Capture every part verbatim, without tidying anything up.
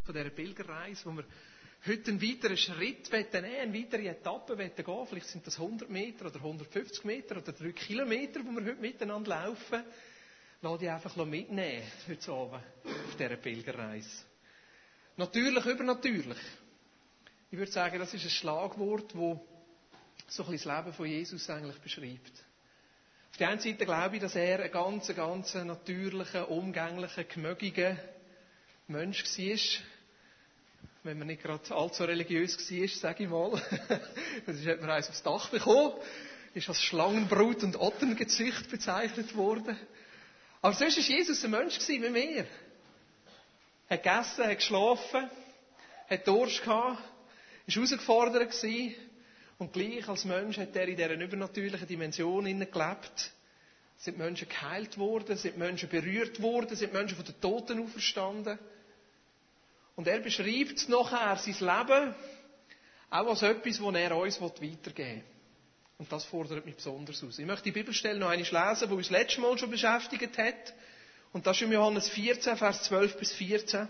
von dieser Pilgerreise, wo wir heute einen weiteren Schritt nehmen, eine weitere Etappe gehen. Vielleicht sind das hundert Meter oder hundertfünfzig Meter oder drei Kilometer, die wir heute miteinander laufen. Lass dich einfach mitnehmen heute Abend auf dieser Pilgerreise. Natürlich, übernatürlich. Ich würde sagen, das ist ein Schlagwort, das so ein bisschen das Leben von Jesus eigentlich beschreibt. Auf der einen Seite glaube ich, dass er ein ganz, ganz natürlicher, umgänglicher, gemögiger Mensch war. Wenn man nicht gerade allzu religiös war, sage ich mal. Sonst hat man eins aufs Dach bekommen. Ist als Schlangenbrut und Ottengezücht bezeichnet worden. Aber sonst war Jesus ein Mensch wie wir. Er hat gegessen, hat geschlafen, hat Durst gehabt, war herausgefordert gewesen. Und gleich als Mensch hat er in dieser übernatürlichen Dimension gelebt. Es sind Menschen geheilt worden, es sind Menschen berührt worden, es sind Menschen von den Toten auferstanden. Und er beschreibt nachher sein Leben auch als etwas, das er uns weitergeben will. Und das fordert mich besonders aus. Ich möchte die Bibelstelle noch einmal lesen, die uns letztes Mal schon beschäftigt hat. Und das ist im Johannes vierzehn, Vers zwölf bis vierzehn.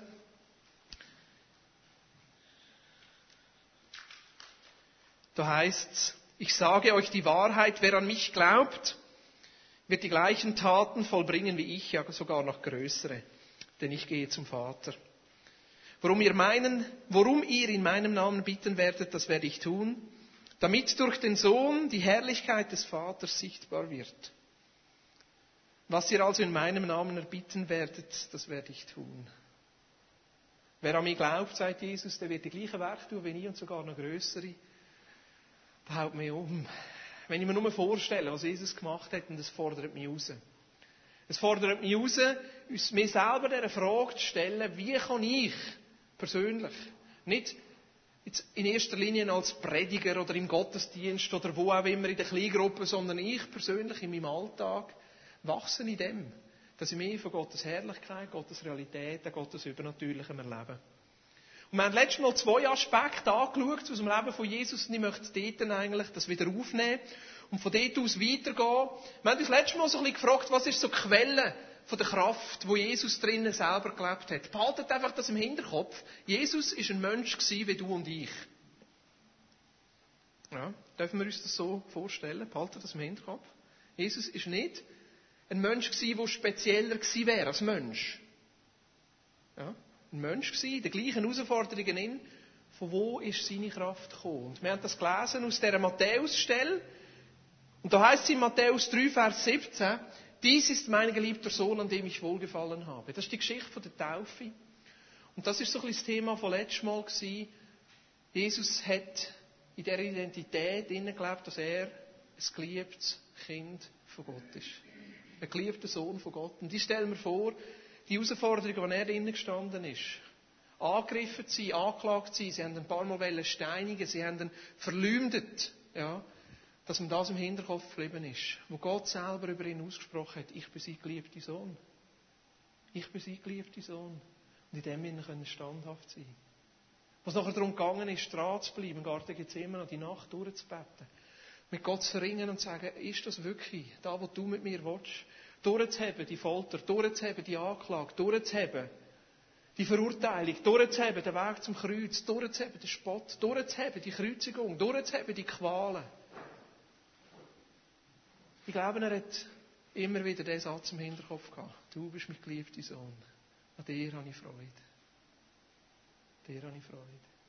Da heißt es: Ich sage euch die Wahrheit, wer an mich glaubt, wird die gleichen Taten vollbringen wie ich, ja sogar noch größere. Denn ich gehe zum Vater. Worum ihr, meinen, worum ihr in meinem Namen bitten werdet, das werde ich tun, damit durch den Sohn die Herrlichkeit des Vaters sichtbar wird. Was ihr also in meinem Namen erbitten werdet, das werde ich tun. Wer an mich glaubt, sagt Jesus, der wird die gleichen Werke tun wie ich und sogar noch größere. Das haut mich um. Wenn ich mir nur vorstelle, was Jesus gemacht hat, und das fordert mich raus. Es fordert mich raus, uns mir selber diese Frage zu stellen, wie kann ich persönlich, nicht jetzt in erster Linie als Prediger oder im Gottesdienst oder wo auch immer in der Kleingruppe, sondern ich persönlich in meinem Alltag wachse in dem, dass ich mehr von Gottes Herrlichkeit, Gottes Realität, Gottes Übernatürlichem erlebe. Und wir haben letztes Mal zwei Aspekte angeschaut aus dem Leben von Jesus und ich möchte dort eigentlich das wieder aufnehmen und von dort aus weitergehen. Wir haben uns letztes Mal so ein bisschen gefragt, was ist so die Quelle von der Kraft, wo Jesus drinnen selber gelebt hat. Behaltet einfach das im Hinterkopf. Jesus ist ein Mensch gewesen, wie du und ich. Ja, dürfen wir uns das so vorstellen? Behaltet das im Hinterkopf. Jesus ist nicht ein Mensch gewesen, der spezieller gewesen wäre als Mensch. Ja, ein Mensch gewesen, in den gleichen Herausforderungen in. Von wo ist seine Kraft gekommen? Und wir haben das gelesen aus dieser Matthäus-Stelle. Und da heißt es in Matthäus drei, Vers siebzehn, dies ist mein geliebter Sohn, an dem ich wohlgefallen habe. Das ist die Geschichte von der Taufe. Und das ist so ein bisschen das Thema von letztes Mal gewesen. Jesus hat in dieser Identität gelebt, dass er ein geliebtes Kind von Gott ist. Ein geliebter Sohn von Gott. Und ich stelle mir vor, die Herausforderung, in der er drinnen gestanden ist, angegriffen zu sein, angeklagt zu sein, sie haben ein paar Mal steinigen, sie haben ihn verleumdet, ja, dass ihm das im Hinterkopf geblieben ist, wo Gott selber über ihn ausgesprochen hat, ich bin sein geliebter Sohn. Ich bin sein geliebter Sohn. Und in dem Sinne können standhaft sein. Was nachher darum gegangen ist, dran zu bleiben, im Garten Gethsemane, die Nacht durchzubeten, mit Gott zu ringen und zu sagen, ist das wirklich da, was du mit mir willst? Durchzuheben, die Folter, durchzuheben, die Anklage, durchzuheben, die Verurteilung, durchzuheben, den Weg zum Kreuz, durchzuheben, den Spott, durchzuheben, die Kreuzigung, durchzuheben, die Qualen. Ich glaube, er hat immer wieder diesen Satz im Hinterkopf gehabt. Du bist mein geliebter Sohn. An dir habe ich Freude. An dir habe ich Freude.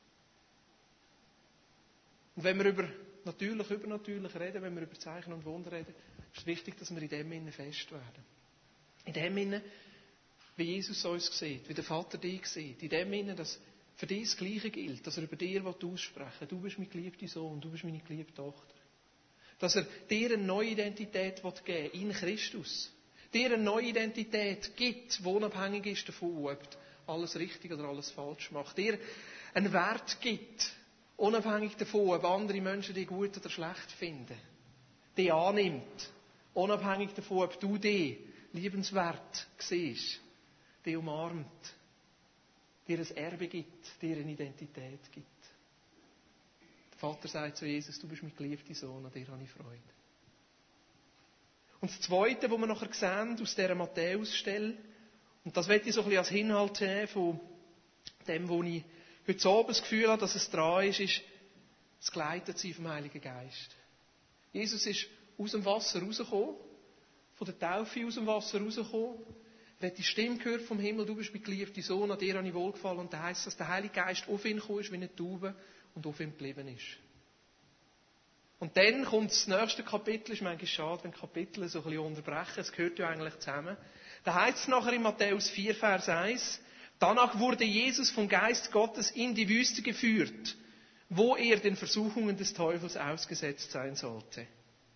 Und wenn wir über natürlich, übernatürlich reden, wenn wir über Zeichen und Wunder reden, ist es wichtig, dass wir in dem Sinne fest werden. In dem Sinne, wie Jesus uns sieht, wie der Vater dich sieht. In dem Sinne, dass für dich das Gleiche gilt, dass er über dir aussprechen will. Du bist mein geliebter Sohn, du bist meine geliebte Tochter. Dass er dir eine neue Identität geben will, in Christus. Dir eine neue Identität gibt, die unabhängig ist davon, ob du alles richtig oder alles falsch machst. Dir einen Wert gibt, unabhängig davon, ob andere Menschen dich gut oder schlecht finden. Dich annimmt, unabhängig davon, ob du dich liebenswert siehst. Dich umarmt. Dir ein Erbe gibt, dir eine Identität gibt. Der Vater sagt zu Jesus, du bist mein geliebter Sohn, an dir habe ich Freude. Und das Zweite, was wir nachher sehen, aus dieser Matthäus-Stelle, und das möchte ich so ein bisschen als Inhalt nehmen von dem, wo ich heute Abend das Gefühl habe, dass es dran ist, ist das Geleitetsein vom Heiligen Geist. Jesus ist aus dem Wasser rausgekommen, von der Taufe aus dem Wasser rausgekommen. Er hat die Stimme gehört vom Himmel, du bist mein geliebter Sohn, an dir habe ich wohlgefallen. Und da heisst, dass der Heilige Geist auf ihn gekommen ist wie eine Taube und auf ihm geblieben ist. Und dann kommt das nächste Kapitel, ist manchmal schade, wenn Kapitel so ein bisschen unterbrechen, es gehört ja eigentlich zusammen. Da heißt es nachher in Matthäus vier, Vers eins, danach wurde Jesus vom Geist Gottes in die Wüste geführt, wo er den Versuchungen des Teufels ausgesetzt sein sollte.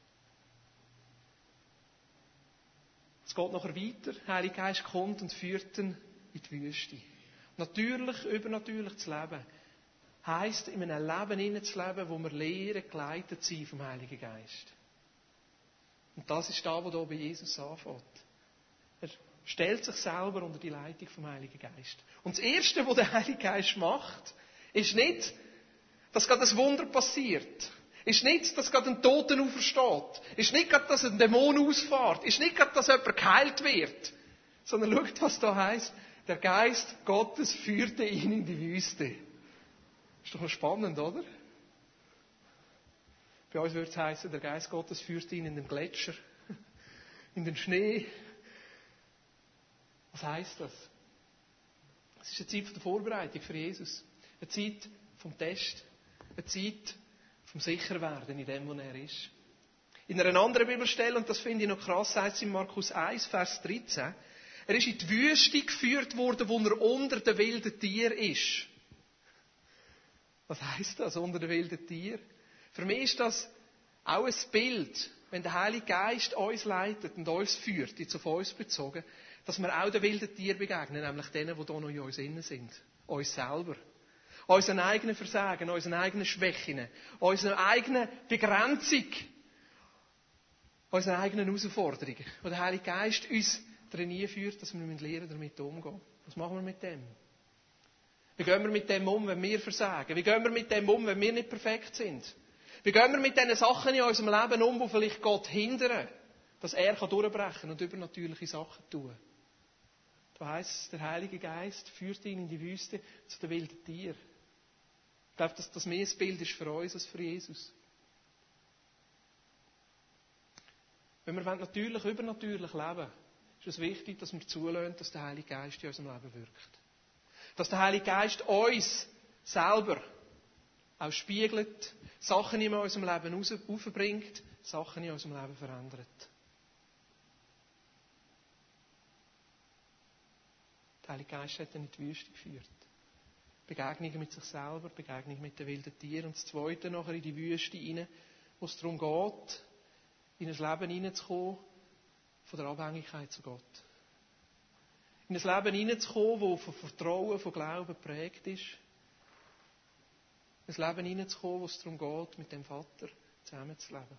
Es geht nachher weiter, der Heilige Geist kommt und führt ihn in die Wüste. Natürlich, übernatürlich zu leben, heisst, in einem Leben hineinzuleben, wo wir lernen, geleitet sind vom Heiligen Geist. Und das ist da, wo hier bei Jesus anfängt. Er stellt sich selber unter die Leitung vom Heiligen Geist. Und das Erste, was der Heilige Geist macht, ist nicht, dass gerade ein Wunder passiert. Ist nicht, dass gerade ein Toten aufersteht. Ist nicht gerade, dass ein Dämon ausfährt. Ist nicht gerade, dass jemand geheilt wird. Sondern schaut, was da heisst. Der Geist Gottes führte ihn in die Wüste. Ist doch noch spannend, oder? Bei uns würde es heißen, der Geist Gottes führt ihn in den Gletscher, in den Schnee. Was heisst das? Es ist eine Zeit der Vorbereitung für Jesus. Eine Zeit vom Test. Eine Zeit vom Sicherwerden in dem, wo er ist. In einer anderen Bibelstelle, und das finde ich noch krass, heißt es in Markus eins, Vers dreizehn, er ist in die Wüste geführt worden, wo er unter den wilden Tieren ist. Was heisst das, unter den wilden Tieren? Für mich ist das auch ein Bild, wenn der Heilige Geist uns leitet und uns führt, jetzt auf uns bezogen, dass wir auch den wilden Tieren begegnen, nämlich denen, die hier noch in uns innen sind. Uns selber. Unseren eigenen Versagen, unseren eigenen Schwächen, unserer eigenen Begrenzung, unseren eigenen Herausforderungen. Wo der Heilige Geist uns darin führt, dass wir lernen, damit umzugehen. Was machen wir mit dem? Wie gehen wir mit dem um, wenn wir versagen? Wie gehen wir mit dem um, wenn wir nicht perfekt sind? Wie gehen wir mit diesen Sachen in unserem Leben um, die vielleicht Gott hindern, dass er durchbrechen kann und übernatürliche Sachen tun? Da heisst es, der Heilige Geist führt ihn in die Wüste zu den wilden Tieren. Ich glaube, dass das mehr ein Bild ist für uns als für Jesus. Wenn wir natürlich übernatürlich leben, ist es wichtig, dass wir zulassen, dass der Heilige Geist in unserem Leben wirkt. Dass der Heilige Geist uns selber auch spiegelt, Sachen in unserem Leben heraufbringt, Sachen in unserem Leben verändert. Der Heilige Geist hat ihn in die Wüste geführt. Begegnungen mit sich selber, Begegnungen mit den wilden Tieren. Und das Zweite nachher in die Wüste hinein, wo es darum geht, in ein Leben hineinzukommen, von der Abhängigkeit zu Gott. In ein Leben hineinzukommen, das von Vertrauen, von Glauben geprägt ist. In ein Leben hineinzukommen, wo es darum geht, mit dem Vater zusammenzuleben.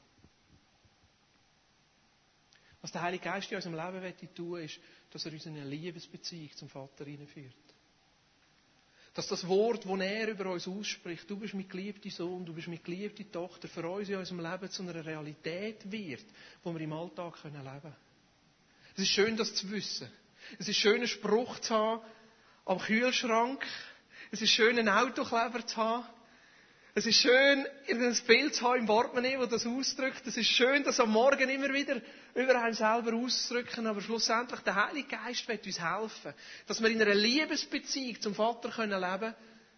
Was der Heilige Geist in unserem Leben tun will, ist, dass er uns in eine Liebesbeziehung zum Vater hineinführt. Dass das Wort, das er über uns ausspricht, du bist mein geliebter Sohn, du bist meine geliebte Tochter, für uns in unserem Leben zu einer Realität wird, die wir im Alltag leben können. Es ist schön, das zu wissen. Es ist schön, einen Spruch zu haben am Kühlschrank. Es ist schön, einen Autokleber zu haben. Es ist schön, ein Bild zu haben im Portemonnaie, das das ausdrückt. Es ist schön, das am Morgen immer wieder über einen selber auszudrücken. Aber schlussendlich, der Heilige Geist wird uns helfen, dass wir in einer Liebesbeziehung zum Vater leben können,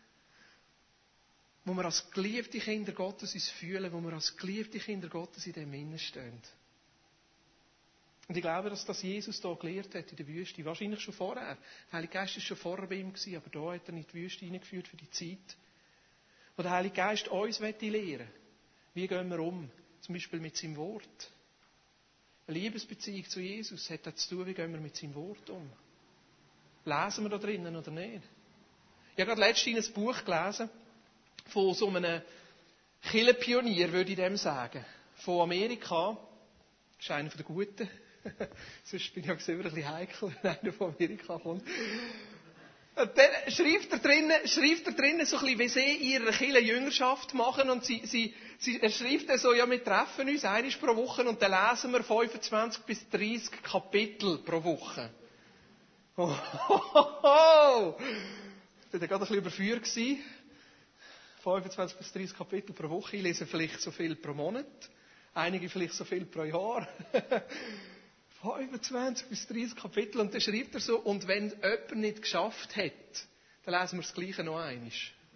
wo wir als geliebte Kinder Gottes uns fühlen, wo wir als geliebte Kinder Gottes in dem Innen stehen. Und ich glaube, dass das Jesus hier gelehrt hat in der Wüste. Wahrscheinlich schon vorher. Der Heilige Geist war schon vorher bei ihm, aber da hat er in die Wüste hineingeführt für die Zeit, wo der Heilige Geist uns lehren will. Wie gehen wir um? Zum Beispiel mit seinem Wort. Eine Liebesbeziehung zu Jesus hat das zu tun, wie gehen wir mit seinem Wort um? Lesen wir da drinnen oder nicht? Ich habe gerade letztens ein Buch gelesen von so einem Kirchenpionier, würde ich dem sagen. Von Amerika. Das ist einer der Guten. Sonst bin ich auch selber ein bisschen heikel, wenn einer von Amerika kommt. Und dann schreibt er drinnen, schreibt er drinnen so ein bisschen, wie sie ihre Kirchenjüngerschaft machen. Und sie, sie, sie, er schreibt dann so, ja, wir treffen uns einmal pro Woche und dann lesen wir fünfundzwanzig bis dreißig Kapitel pro Woche. Oh, oh, oh, oh. Ich war dann gerade ein bisschen überführt gewesen. fünfundzwanzig bis dreißig Kapitel pro Woche. Ich lese vielleicht so viel pro Monat. Einige vielleicht so viel pro Jahr. fünfundzwanzig bis dreißig Kapitel. Und dann schreibt er so, und wenn jemand nicht geschafft hat, dann lesen wir das Gleiche noch einmal.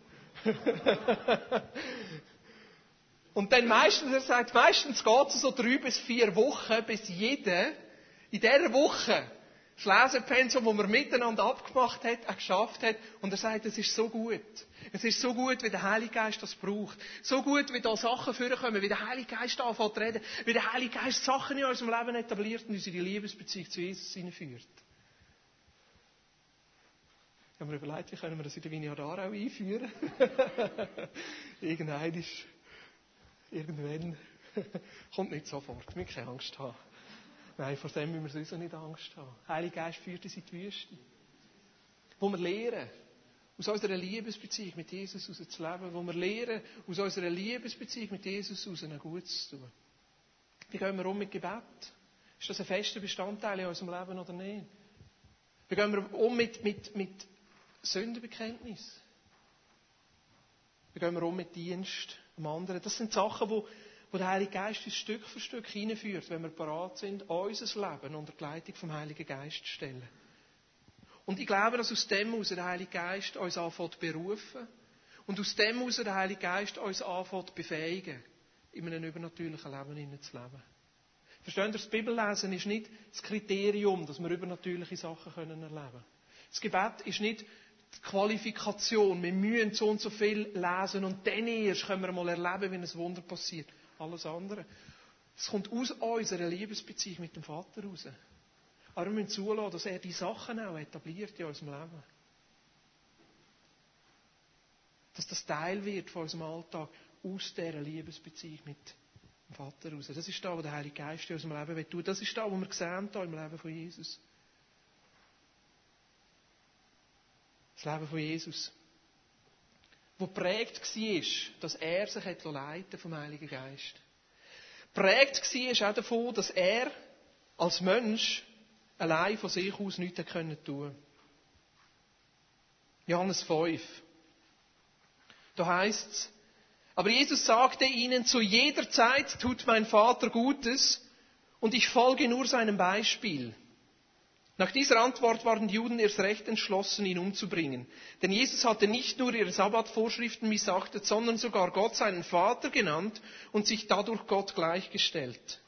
Und dann meistens, er sagt, meistens geht es so drei bis vier Wochen, bis jeder in dieser Woche das Lesepensum, das man miteinander abgemacht hat, auch geschafft hat. Und er sagt, es ist so gut. Es ist so gut, wie der Heilige Geist das braucht. So gut, wie da Sachen vorkommen, wie der Heilige Geist anfängt zu reden, wie der Heilige Geist Sachen in unserem Leben etabliert und uns in die Liebesbeziehung zu Jesus hineinführt. Ich habe mir überlegt, wie können wir das in der Vineyard Aarau einführen? Irgendein ist, irgendwann, kommt nicht sofort, wir müssen keine Angst haben. Nein, vor dem müssen wir sowieso nicht Angst haben. Der Heilige Geist führt uns in die Wüste. Wo wir lernen, aus unserer Liebesbeziehung mit Jesus heraus zu leben. Wo wir lernen, aus unserer Liebesbeziehung mit Jesus heraus ein Gutes zu tun. Wie gehen wir um mit Gebet? Ist das ein fester Bestandteil in unserem Leben oder nicht? Wie gehen wir um mit, mit, mit Sündenbekenntnis? Wie gehen wir um mit Dienst am anderen? Das sind Sachen, die wo der Heilige Geist uns Stück für Stück hineinführt, wenn wir bereit sind, unser Leben unter die Leitung vom Heiligen Geist zu stellen. Und ich glaube, dass aus dem heraus der Heilige Geist uns anfängt berufen und aus dem heraus der Heilige Geist uns anfängt befähigen, in einem übernatürlichen Leben zu leben. Versteht ihr, das Bibellesen ist nicht das Kriterium, dass wir übernatürliche Sachen erleben können. Das Gebet ist nicht die Qualifikation, wir müssen so und so viel lesen und dann erst können wir mal erleben, wenn ein Wunder passiert. Alles andere. Es kommt aus unserer Liebesbeziehung mit dem Vater raus. Aber wir müssen zulassen, dass er die Sachen auch etabliert in unserem Leben. Dass das Teil wird von unserem Alltag aus dieser Liebesbeziehung mit dem Vater raus. Das ist da, wo der Heilige Geist in unserem Leben tut. Das ist da, wo wir sehen hier im Leben von Jesus. Das Leben von Jesus. Wo geprägt war, dass er sich leiten vom Heiligen Geist. Geprägt war auch davon, dass er als Mensch allein von sich aus nichts tun konnte. Johannes fünf. Da heißt es, aber Jesus sagte ihnen, zu jeder Zeit tut mein Vater Gutes und ich folge nur seinem Beispiel. Nach dieser Antwort waren die Juden erst recht entschlossen, ihn umzubringen. Denn Jesus hatte nicht nur ihre Sabbatvorschriften missachtet, sondern sogar Gott seinen Vater genannt und sich dadurch Gott gleichgestellt.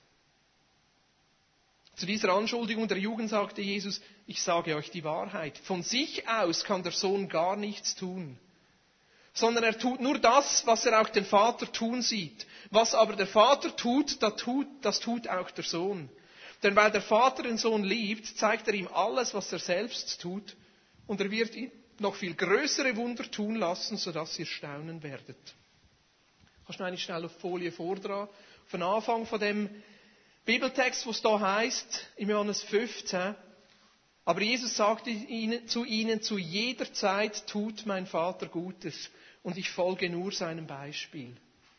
Zu dieser Anschuldigung der Juden sagte Jesus, ich sage euch die Wahrheit. Von sich aus kann der Sohn gar nichts tun, sondern er tut nur das, was er auch den Vater tun sieht. Was aber der Vater tut, das tut, das tut auch der Sohn. Denn weil der Vater den Sohn liebt, zeigt er ihm alles, was er selbst tut, und er wird ihn noch viel größere Wunder tun lassen, sodass ihr staunen werdet. Kannst du noch eine schnell auf Folie vordran? Auf den Anfang von dem Bibeltext, wo es da heißt, im Johannes fünfzehn, aber Jesus sagte ihnen, zu ihnen, zu jeder Zeit tut mein Vater Gutes, und ich folge nur seinem Beispiel.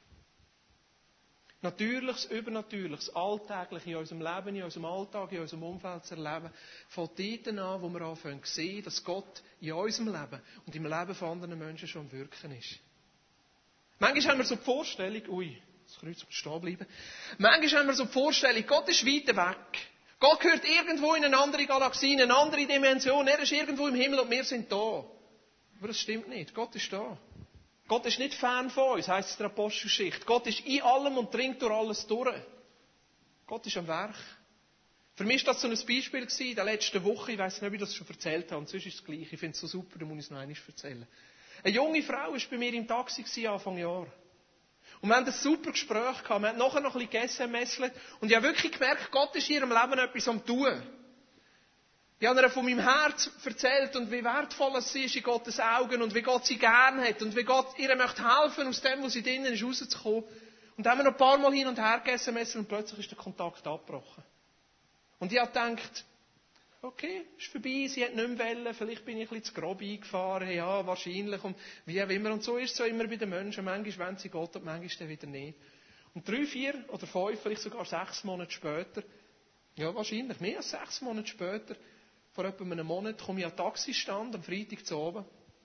Natürliches, Übernatürliches, Alltäglich in unserem Leben, in unserem Alltag, in unserem Umfeld zu erleben, fängt dort an, wo wir anfangen zu sehen, dass Gott in unserem Leben und im Leben von anderen Menschen schon am Wirken ist. Manchmal haben wir so die Vorstellung, ui, das Kreuz muss stehen bleiben. Manchmal haben wir so die Vorstellung, Gott ist weit weg. Gott gehört irgendwo in eine andere Galaxie, in eine andere Dimension. Er ist irgendwo im Himmel und wir sind da. Aber das stimmt nicht. Gott ist da. Gott ist nicht fern von uns, heisst es in der Apostelgeschichte. Gott ist in allem und dringt durch alles durch. Gott ist am Werk. Für mich war das so ein Beispiel in der letzten Woche. Ich weiss nicht, ob ich das schon erzählt habe. Und sonst ist es gleich. Ich finde es so super, da muss ich es noch einmal erzählen. Eine junge Frau war bei mir im Taxi Anfang Jahr. Und wir haben ein super Gespräch gehabt. Wir haben nachher noch ein bisschen gegessen und ich habe wirklich gemerkt, Gott ist in ihrem Leben etwas am Tun. Ich habe ihr von meinem Herz erzählt und wie wertvoll sie ist in Gottes Augen und wie Gott sie gern hat und wie Gott ihr möchte helfen, aus dem, wo sie drinnen ist, rauszukommen. Und dann haben wir noch ein paar Mal hin und her gegessen und plötzlich ist der Kontakt abgebrochen. Und ich habe gedacht, okay, ist vorbei, sie hat nicht mehr wollen, vielleicht bin ich ein bisschen zu grob eingefahren, ja, wahrscheinlich, und wie auch immer. Und so ist es so immer bei den Menschen, manchmal wollen sie Gott und manchmal dann wieder nicht. Und drei, vier oder fünf, vielleicht sogar sechs Monate später, ja, wahrscheinlich mehr als sechs Monate später, vor etwa einem Monat, komme ich an den Taxistand am Freitag zu oben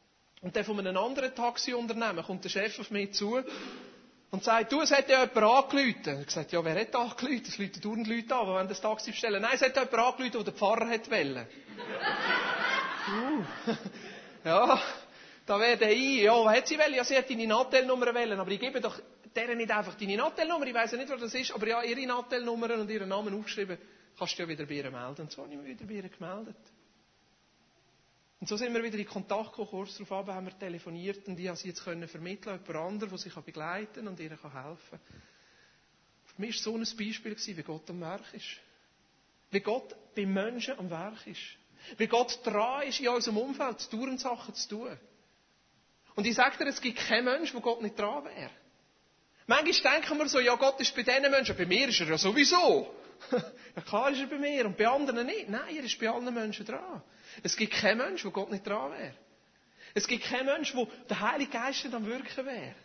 Und dann von einem anderen Taxiunternehmen kommt der Chef auf mich zu und sagt, du, es hat ja jemand angerufen. Ich habe gesagt, ja, wer hat angerufen? Es rufen dauernd Leute an, die wollen das Taxi bestellen. Nein, es hat jemand angerufen, der den Pfarrer wollte. uh, ja, da werde ich, ja, was hat sie wollen? Ja, sie hat deine Nattelnummer wollen, aber ich gebe doch deren nicht einfach deine Nattelnummer. Ich weiss ja nicht, was das ist, aber ja, ihre Nattelnummer und ihren Namen aufgeschrieben, kannst du ja wieder bei ihr melden. Und so habe ich mich wieder bei ihr gemeldet. Und so sind wir wieder in Kontakt gekommen, kurz darauf haben wir telefoniert und ich konnte sie jetzt vermitteln, jemand anderes, der sie begleiten kann und ihr helfen kann. Für mich war so ein Beispiel, wie Gott am Werk ist. Wie Gott bei Menschen am Werk ist. Wie Gott dran ist, in unserem Umfeld dauernd Sachen zu tun. Und ich sage dir, es gibt keinen Menschen, wo Gott nicht dran wäre. Manchmal denken wir so, ja, Gott ist bei diesen Menschen, bei mir ist er ja sowieso. Ja, klar ist er bei mir und bei anderen nicht. Nein, er ist bei allen Menschen dran. Es gibt keinen Menschen, wo Gott nicht dran wäre. Es gibt keinen Menschen, wo der Heilige Geist nicht am Wirken wäre.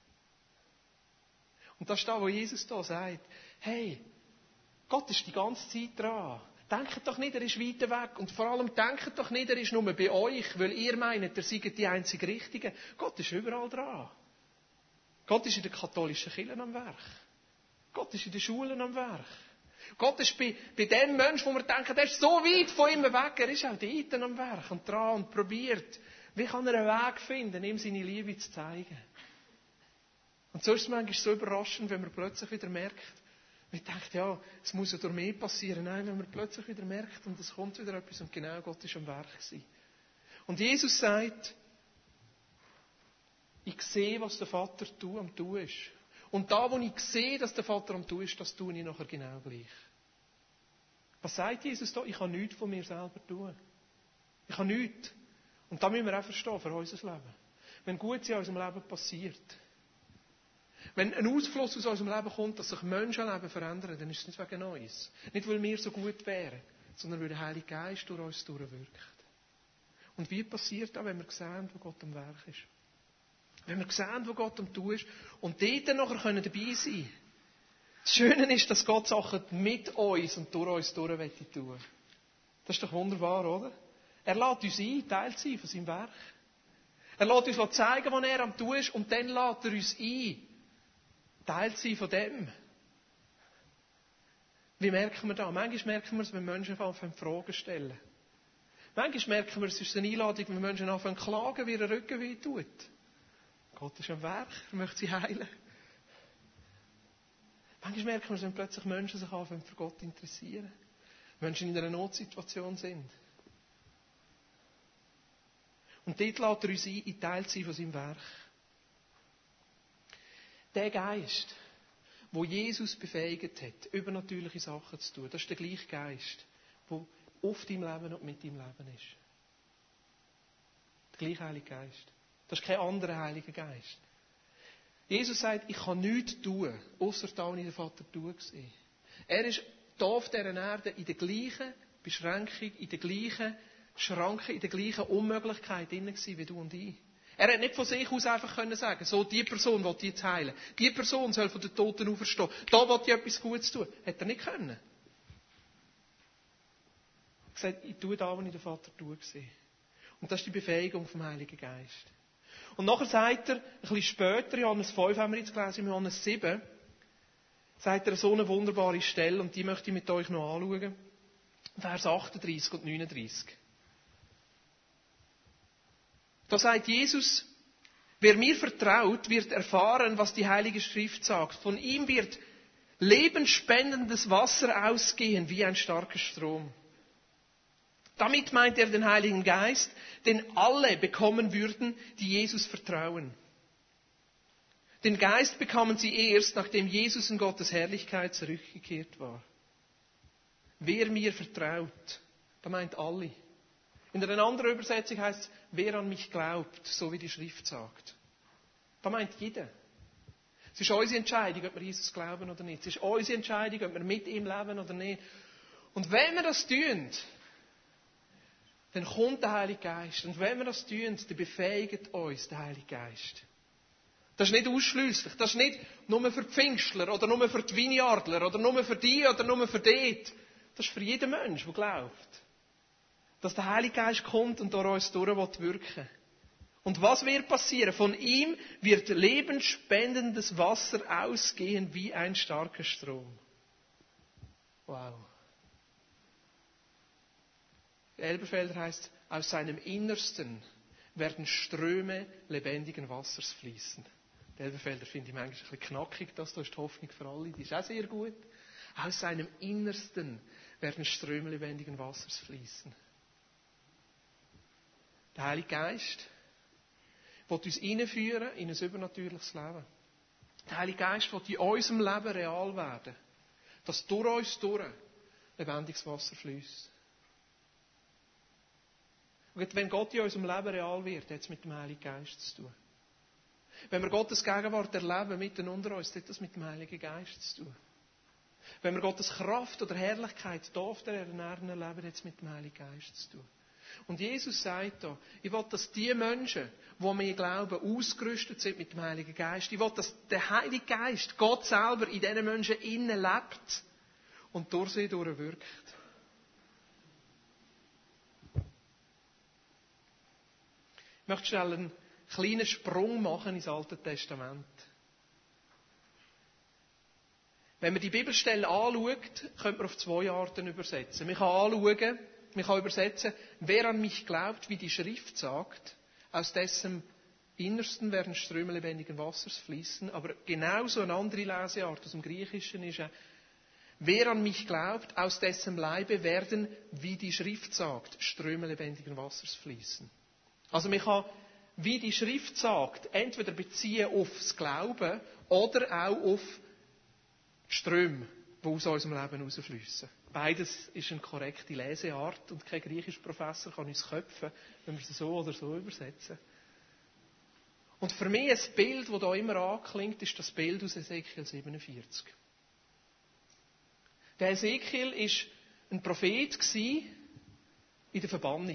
Und das ist da, wo Jesus da sagt, hey, Gott ist die ganze Zeit dran. Denkt doch nicht, er ist weit weg. Und vor allem denkt doch nicht, er ist nur bei euch, weil ihr meint, ihr seid die einzige Richtige. Gott ist überall dran. Gott ist in der katholischen Kirche am Werk. Gott ist in den Schulen am Werk. Gott ist bei, bei dem Menschen, wo wir denken, der ist so weit von ihm weg, er ist auch dort am Werk und dran und probiert. Wie kann er einen Weg finden, ihm seine Liebe zu zeigen? Und so ist es manchmal so überraschend, wenn man plötzlich wieder merkt, man denkt, ja, es muss ja durch mich passieren. Nein, wenn man plötzlich wieder merkt und es kommt wieder etwas und genau, Gott ist am Werk gewesen. Und Jesus sagt, ich sehe, was der Vater tu, am tun ist. Und da, wo ich sehe, dass der Vater am tun ist, das tue ich nachher genau gleich. Was sagt Jesus da? Ich kann nichts von mir selber tun. Ich kann nichts. Und da müssen wir auch verstehen, für unser Leben. Wenn Gutes in unserem Leben passiert, wenn ein Ausfluss aus unserem Leben kommt, dass sich Menschenleben verändern, dann ist es nicht wegen uns. Nicht, weil wir so gut wären, sondern weil der Heilige Geist durch uns durchwirkt. Und wie passiert das, wenn wir sehen, wo Gott am Werk ist? Wenn wir sehen, wo Gott am Tun ist und dort dann nachher können dabei sein können. Das Schöne ist, dass Gott Sachen mit uns und durch uns durch tun will. Das ist doch wunderbar, oder? Er lädt uns ein, Teil zu sein von seinem Werk. Er lädt uns zeigen, was er am Tun ist und dann lädt er uns ein, Teil zu sein von dem. Wie merken wir das? Manchmal merken wir es, wenn Menschen anfangen Fragen stellen. Manchmal merken wir, es ist eine Einladung, wenn Menschen anfangen zu klagen, wie ihr Rücken weh tut. Gott ist am Werk, er möchte sie heilen. Manchmal merken wir, wenn plötzlich Menschen sich anfangen für Gott interessieren. Menschen in einer Notsituation sind. Und dort lässt er uns ein, in Teil zu sein von seinem Werk. Der Geist, wo Jesus befähigt hat, übernatürliche Sachen zu tun, das ist der gleiche Geist, der auf deinem Leben und mit deinem Leben ist. Der gleiche Heilige Geist. Das ist kein anderer Heiliger Geist. Jesus sagt, ich kann nichts tun, ausser da, wo ich den Vater tun sehe. Er ist hier auf dieser Erde in der gleichen Beschränkung, in der gleichen Schranke, in der gleichen Unmöglichkeit drin gewesen, wie du und ich. Er hat nicht von sich aus einfach können sagen, so, die Person will jetzt heilen. Die Person soll von den Toten auferstehen. Da will ich etwas Gutes tun. Hat er nicht können. Er hat gesagt, ich tue da, wo ich den Vater tun sehe. Und das ist die Befähigung vom Heiligen Geist. Und nachher sagt er, ein bisschen später, Johannes fünf haben wir jetzt gelesen, Johannes sieben, sagt er so eine wunderbare Stelle, und die möchte ich mit euch noch anschauen. Vers achtunddreißig und neununddreißig. Da sagt Jesus, wer mir vertraut, wird erfahren, was die Heilige Schrift sagt. Von ihm wird lebensspendendes Wasser ausgehen, wie ein starker Strom. Damit meint er den Heiligen Geist, den alle bekommen würden, die Jesus vertrauen. Den Geist bekamen sie erst, nachdem Jesus in Gottes Herrlichkeit zurückgekehrt war. Wer mir vertraut, da meint alle. In einer anderen Übersetzung heißt es, wer an mich glaubt, so wie die Schrift sagt. Da meint jeder. Es ist unsere Entscheidung, ob wir Jesus glauben oder nicht. Es ist unsere Entscheidung, ob wir mit ihm leben oder nicht. Und wenn wir das tun, dann kommt der Heilige Geist. Und wenn wir das tun, dann befähigt uns der Heilige Geist. Das ist nicht ausschliesslich. Das ist nicht nur für die Pfingstler oder nur für die Vineyardler oder nur für die oder nur für dort. Das ist für jeden Menschen, der glaubt. Dass der Heilige Geist kommt und durch uns durch wirken will. Und was wird passieren? Von ihm wird lebensspendendes Wasser ausgehen wie ein starker Strom. Wow. Elberfelder heißt, aus seinem Innersten werden Ströme lebendigen Wassers fließen. Die Elberfelder finde ich manchmal ein bisschen knackig, das da ist die Hoffnung für alle, die ist auch sehr gut. Aus seinem Innersten werden Ströme lebendigen Wassers fließen. Der Heilige Geist will uns hineinführen in ein übernatürliches Leben. Der Heilige Geist will in unserem Leben real werden, dass durch uns durch lebendiges Wasser fließt. Und wenn Gott in unserem Leben real wird, hat es mit dem Heiligen Geist zu tun. Wenn wir Gottes Gegenwart erleben mitten unter uns, hat das mit dem Heiligen Geist zu tun. Wenn wir Gottes Kraft oder Herrlichkeit hier auf der Erde erleben, hat es mit dem Heiligen Geist zu tun. Und Jesus sagt da, ich will, dass die Menschen, die mir glauben, ausgerüstet sind mit dem Heiligen Geist, ich will, dass der Heilige Geist, Gott selber, in diesen Menschen innen lebt und durch sie durchwirkt. Ich möchte schnell einen kleinen Sprung machen ins Alte Testament. Wenn man die Bibelstelle anschaut, könnte man auf zwei Arten übersetzen. Man kann anschauen, man kann übersetzen, wer an mich glaubt, wie die Schrift sagt, aus dessen Innersten werden Ströme lebendigen Wassers fließen. Aber genauso eine andere Leseart aus dem Griechischen ist, wer an mich glaubt, aus dessen Leibe werden, wie die Schrift sagt, Ströme lebendigen Wassers fließen. Also man kann, wie die Schrift sagt, entweder beziehen auf das Glauben oder auch auf die Ströme, die aus unserem Leben herausfließen. Beides ist eine korrekte Leseart und kein griechischer Professor kann uns köpfen, wenn wir es so oder so übersetzen. Und für mich ein Bild, das hier immer anklingt, ist das Bild aus Ezekiel siebenundvierzig. Der Ezekiel war ein Prophet in der Verbannung.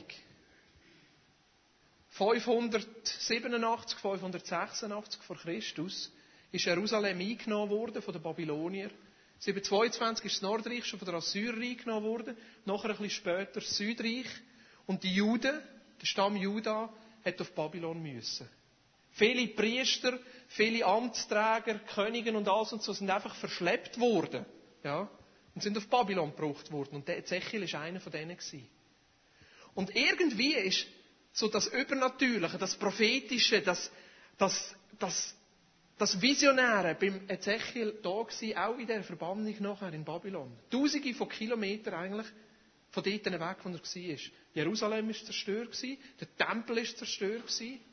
fünfhundertsiebenundachtzig, fünfhundertsechsundachtzig vor Christus ist Jerusalem eingenommen worden von den Babyloniern. siebenhundertzweiundzwanzig ist das Nordreich schon von der Assyrer eingenommen worden. Nachher ein bisschen später das Südreich. Und die Juden, der Stamm Juda, hat auf Babylon müssen. Viele Priester, viele Amtsträger, Könige und alles und so sind einfach verschleppt worden. Ja, und sind auf Babylon gebracht worden. Und der Ezechiel war einer von denen. Und irgendwie ist so das Übernatürliche, das Prophetische, das, das, das, das Visionäre beim Ezechiel da gewesen, auch in der Verbannung nachher in Babylon. Tausende von Kilometern eigentlich von dort weg, wo er war. Jerusalem war zerstört, der Tempel war zerstört.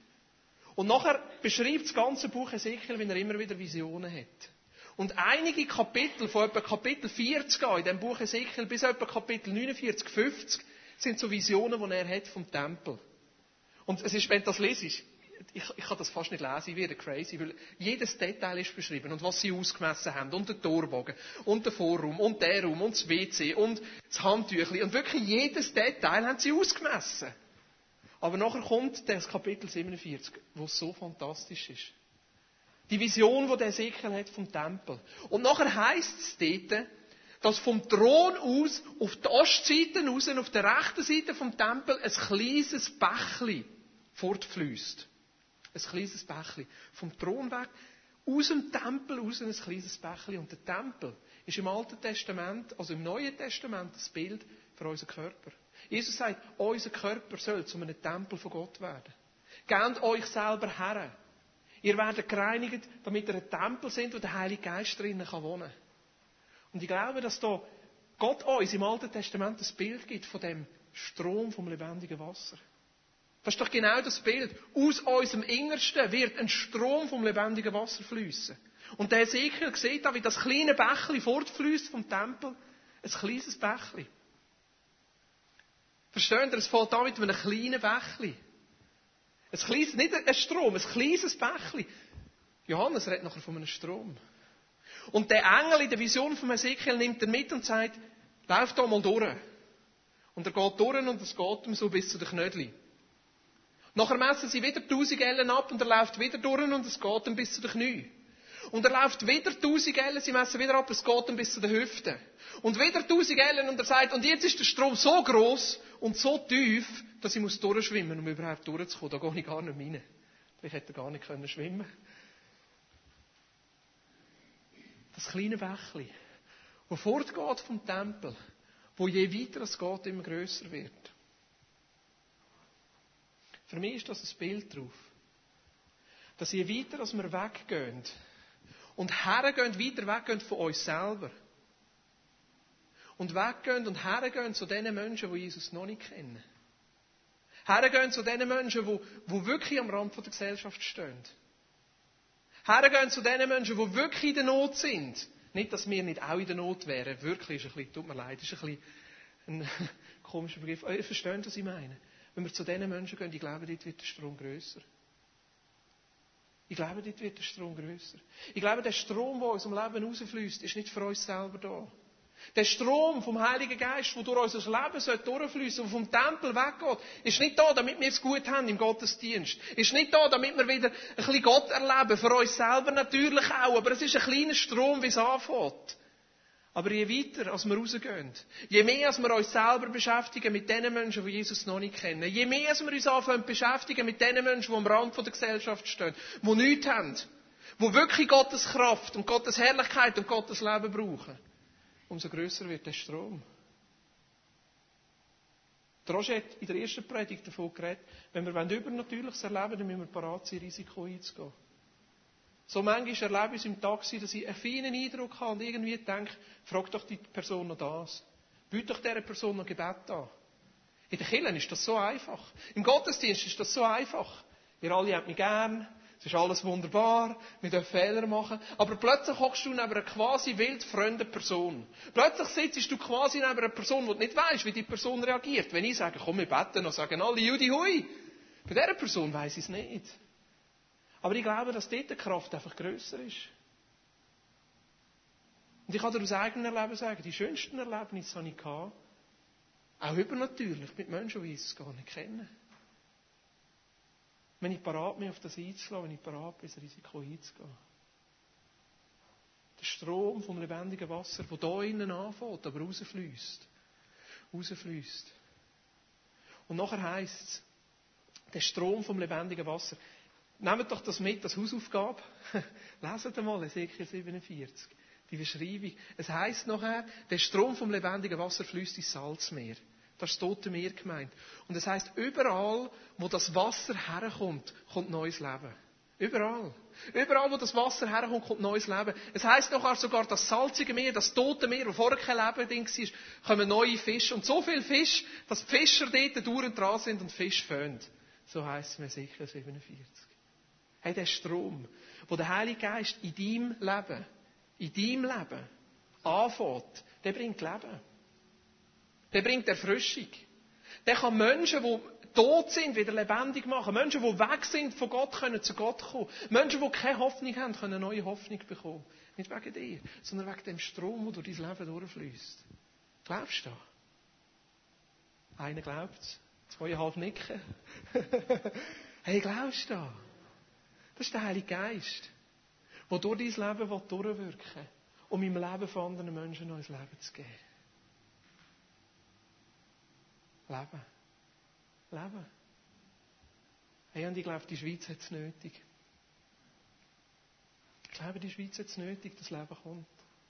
Und nachher beschreibt das ganze Buch Ezechiel, wie er immer wieder Visionen hat. Und einige Kapitel, von etwa Kapitel vierzig an, in dem Buch Ezechiel, bis etwa Kapitel neunundvierzig, fünfzig, sind so Visionen, die er hat vom Tempel. Und es ist, wenn du das lesest, ich, ich kann das fast nicht lesen, ich werde crazy, weil jedes Detail ist beschrieben und was sie ausgemessen haben und der Torbogen und der Vorraum und der Raum und das W C und das Handtüchli und wirklich jedes Detail haben sie ausgemessen. Aber nachher kommt das Kapitel siebenundvierzig, wo es so fantastisch ist. Die Vision, die der Ezekiel hat vom Tempel. Und nachher heisst es dort, dass vom Thron aus auf die Ostseite raus, auf der rechten Seite vom Tempel, ein kleines Bächli fortfließt. Ein kleines Bächli. Vom Thron weg, aus dem Tempel raus ein kleines Bächli. Und der Tempel ist im Alten Testament, also im Neuen Testament, das Bild für unseren Körper. Jesus sagt, unser Körper soll zu einem Tempel von Gott werden. Gebt euch selber her. Ihr werdet gereinigt, damit ihr ein Tempel seid, wo der Heilige Geist drinnen wohnen kann. Und ich glaube, dass da Gott uns im Alten Testament das Bild gibt von dem Strom vom lebendigen Wasser. Das ist doch genau das Bild. Aus unserem Innersten wird ein Strom vom lebendigen Wasser fließen. Und der Ezekiel sieht da, wie das kleine Bächli fortfließt vom Tempel. Ein kleines Bächli. Versteht ihr? Es fällt an mit einem kleinen Bächli. Ein kleines, nicht ein Strom, ein kleines Bächli. Johannes redet nachher von einem Strom. Und der Engel in der Vision von Ezekiel nimmt er mit und sagt, lauf da mal durch. Und er geht durch und es geht ihm so bis zu den Knödeln. Nachher messen sie wieder tausend Ellen ab und er läuft wieder durch und es geht ihm bis zu den Knien. Und er läuft wieder tausend Ellen, sie messen wieder ab, es geht ihm bis zu den Hüften. Und wieder tausend Ellen und er sagt, und jetzt ist der Strom so gross und so tief, dass ich muss durchschwimmen, um überhaupt durchzukommen. Da gehe ich gar nicht rein. Ich hätte gar nicht können schwimmen. Das kleine Bächli, das fortgeht vom Tempel, wo je weiter es geht, immer grösser wird. Für mich ist das ein Bild darauf, dass je weiter als wir weggehen und hergehen, weiter weggehen von uns selber und weggehen und hergehen zu den Menschen, die Jesus noch nicht kennen. Hergehen zu den Menschen, die, die wirklich am Rand der Gesellschaft stehen. Hergehen zu den Menschen, die wirklich in der Not sind. Nicht, dass wir nicht auch in der Not wären. Wirklich ist ein bisschen, tut mir leid, ist ein bisschen ein komischer Begriff. Ihr versteht, was ich meine. Wenn wir zu diesen Menschen gehen, ich glaube, dort wird der Strom grösser. Ich glaube, dort wird der Strom grösser. Ich glaube, der Strom, der aus unserem Leben rausfließt, ist nicht für uns selber da. Der Strom vom Heiligen Geist, der durch unser Leben durchfließen, der vom Tempel weggeht, ist nicht da, damit wir es gut haben im Gottesdienst. Ist nicht da, damit wir wieder ein bisschen Gott erleben. Für uns selber natürlich auch. Aber es ist ein kleiner Strom, wie es anfängt. Aber je weiter, als wir rausgehen, je mehr, als wir uns selber beschäftigen mit den Menschen, die Jesus noch nicht kennen, je mehr, als wir uns anfangen beschäftigen mit den Menschen, die am Rand der Gesellschaft stehen, die nichts haben, die wirklich Gottes Kraft und Gottes Herrlichkeit und Gottes Leben brauchen, umso grösser wird der Strom. Der Roger hat in der ersten Predigt davon geredet, wenn wir Übernatürliches erleben, dann müssen wir bereit sein, Risiko einzugehen. So manchmal erlebe ich es im Taxi, dass ich einen feinen Eindruck habe und irgendwie denke, frag doch die Person noch das. Biete doch dieser Person noch Gebet an. In den Kirchen ist das so einfach. Im Gottesdienst ist das so einfach. Ihr alle habt mich gern, es ist alles wunderbar, wir dürfen Fehler machen. Aber plötzlich hockst du neben einer quasi wildfremden Person. Plötzlich sitzt du quasi neben einer Person, die nicht weiss, wie die Person reagiert. Wenn ich sage, komm, wir beten, dann sagen alle, Judi, hui. Bei dieser Person weiss ich es nicht. Aber ich glaube, dass dort die Kraft einfach grösser ist. Und ich kann dir aus eigenem Erleben sagen, die schönsten Erlebnisse habe ich gehabt, auch übernatürlich, mit Menschen, die Jesus gar nicht kennen. Wenn ich parat bin, auf das einzuschlagen, wenn ich parat bin, das Risiko einzugehen. Der Strom vom lebendigen Wasser, der hier innen anfängt, aber rausfließt. Rausfließt. Und nachher heisst es, der Strom vom lebendigen Wasser. Nehmt doch das mit, das Hausaufgabe. Leset einmal Ezekiel siebenundvierzig. Die Beschreibung. Es heisst nachher, der Strom vom lebendigen Wasser fließt ins Salzmeer. Das ist das Tote Meer gemeint. Und es heisst, überall, wo das Wasser herkommt, kommt neues Leben. Überall. Überall, wo das Wasser herkommt, kommt neues Leben. Es heisst nachher sogar, das salzige Meer, das tote Meer, wo vorher kein Leben drin war, kommen neue Fische. Und so viele Fische, dass die Fischer dort dauernd dran sind und Fisch föhnen. So heisst es in Ezekiel siebenundvierzig. Hey, der Strom, wo der Heilige Geist in deinem Leben, in deinem Leben anfängt, der bringt Leben. Der bringt Erfrischung. Der kann Menschen, die tot sind, wieder lebendig machen. Menschen, die weg sind von Gott, können zu Gott kommen. Menschen, die keine Hoffnung haben, können eine neue Hoffnung bekommen. Nicht wegen dir, sondern wegen dem Strom, der durch dein Leben durchfließt. Glaubst du da? Einer glaubt es, zweieinhalb nicken. Hey, glaubst du da? Das ist der Heilige Geist, der durch dein Leben durchwirken will, um im Leben von anderen Menschen neues Leben zu geben. Leben. Leben. Hey, und ich glaube, die Schweiz hat es nötig. Ich glaube, die Schweiz hat es nötig, dass Leben kommt.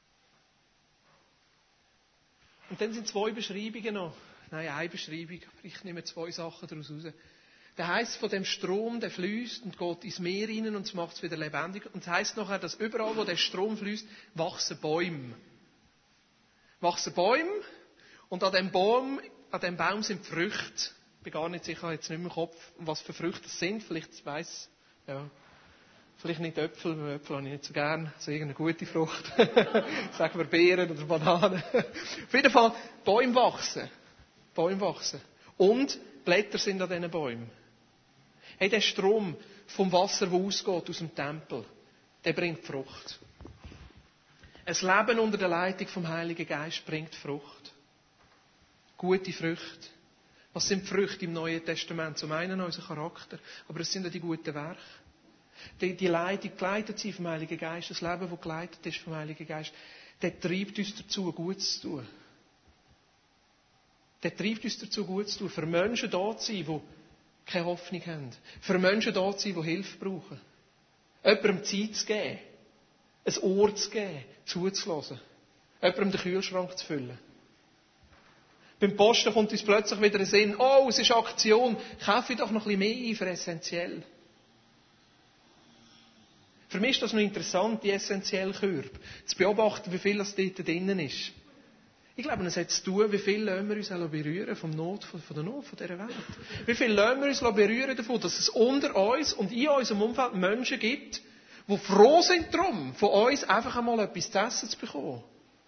Und dann sind zwei Beschreibungen noch. Nein, eine Beschreibung, aber ich nehme zwei Sachen daraus raus. Der heisst, von dem Strom, der fließt und geht ins Meer rein und macht es wieder lebendig. Und es heisst nachher, dass überall, wo der Strom fließt, wachsen Bäume. Wachsen Bäume und an dem Baum, an dem Baum sind Früchte. Ich bin gar nicht sicher, jetzt nicht mehr im Kopf, was für Früchte das sind. Vielleicht weiss, ja. Vielleicht nicht Äpfel, weil Äpfel habe ich nicht so gern. Also irgendeine gute Frucht. Sagen wir Beeren oder Bananen. Auf jeden Fall, Bäume wachsen. Bäume wachsen. Und Blätter sind an diesen Bäumen. Hey, der Strom vom Wasser, der ausgeht aus dem Tempel, der bringt Frucht. Ein Leben unter der Leitung vom Heiligen Geist bringt Frucht. Gute Früchte. Was sind Früchte im Neuen Testament? Zum einen unser Charakter, aber es sind auch die guten Werke. Die, die Leitung, geleitet sie vom Heiligen Geist, das Leben, das geleitet ist vom Heiligen Geist, der treibt uns dazu, Gutes zu tun. der treibt uns dazu, gut zu tun, für Menschen da zu sein, die keine Hoffnung haben. Für Menschen da zu sein, die Hilfe brauchen. Jemandem Zeit zu geben. Ein Ohr zu geben. Zuzulassen. Jemandem den Kühlschrank zu füllen. Beim Posten kommt uns plötzlich wieder in den Sinn, oh, es ist Aktion, kaufe ich doch noch ein bisschen mehr ein für essentiell. Für mich ist das noch interessant, die essentiellen Körbe. Zu beobachten, wie viel das dort drinnen ist. Ich glaube, es hat zu tun, wie viel lassen wir uns berühren vom Not, von der Not von dieser Welt. Wie viel lassen wir uns berühren davon, dass es unter uns und in unserem Umfeld Menschen gibt, die froh sind darum, von uns einfach einmal etwas zu essen zu bekommen.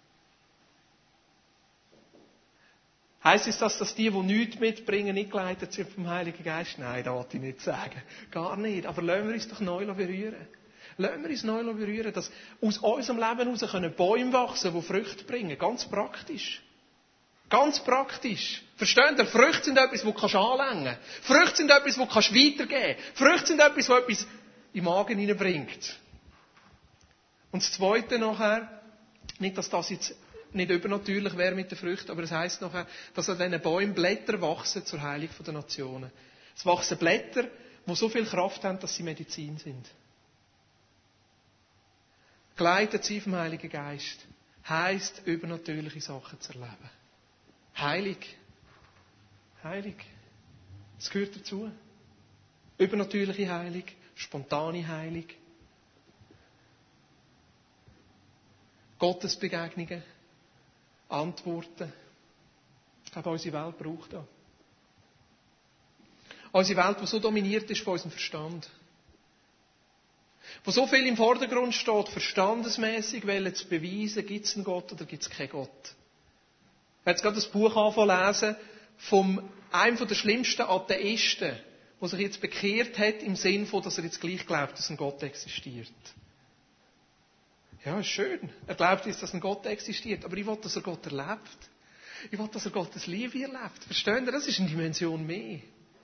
Heisst es das, dass die, die nichts mitbringen, nicht geleitet sind vom Heiligen Geist? Nein, das wollte ich nicht sagen. Gar nicht. Aber lassen wir uns doch neu berühren. Lassen wir uns neu berühren, dass aus unserem Leben heraus können Bäume wachsen, die Früchte bringen. Ganz praktisch. Ganz praktisch. Versteht ihr? Früchte sind etwas, das du anlängen kannst. Früchte sind etwas, das du weitergeben kannst. Früchte sind etwas, das etwas in den Magen hineinbringt. Und das Zweite nachher, nicht, dass das jetzt nicht übernatürlich wäre mit den Früchten, aber es heisst nachher, dass an diesen Bäumen Blätter wachsen zur Heilung der Nationen. Es wachsen Blätter, die so viel Kraft haben, dass sie Medizin sind. Geleitet sein vom Heiligen Geist heisst, übernatürliche Sachen zu erleben. Heilig. Heilig. Es gehört dazu. Übernatürliche Heilung, spontane Heilung. Gottesbegegnungen, Antworten. Ich glaube, unsere Welt braucht das. Unsere Welt, die so dominiert ist von unserem Verstand. Wo so viel im Vordergrund steht, verstandesmässig zu beweisen, gibt es einen Gott oder gibt es keinen Gott. Ich habe jetzt gerade das Buch angefangen zu lesen von einem der schlimmsten Atheisten, der sich jetzt bekehrt hat, im Sinn von, dass er jetzt gleich glaubt, dass ein Gott existiert. Ja, ist schön. Er glaubt jetzt, dass ein Gott existiert, aber ich will, dass er Gott erlebt. Ich will, dass er Gottes Liebe erlebt. Verstehen Sie? Das ist eine Dimension mehr.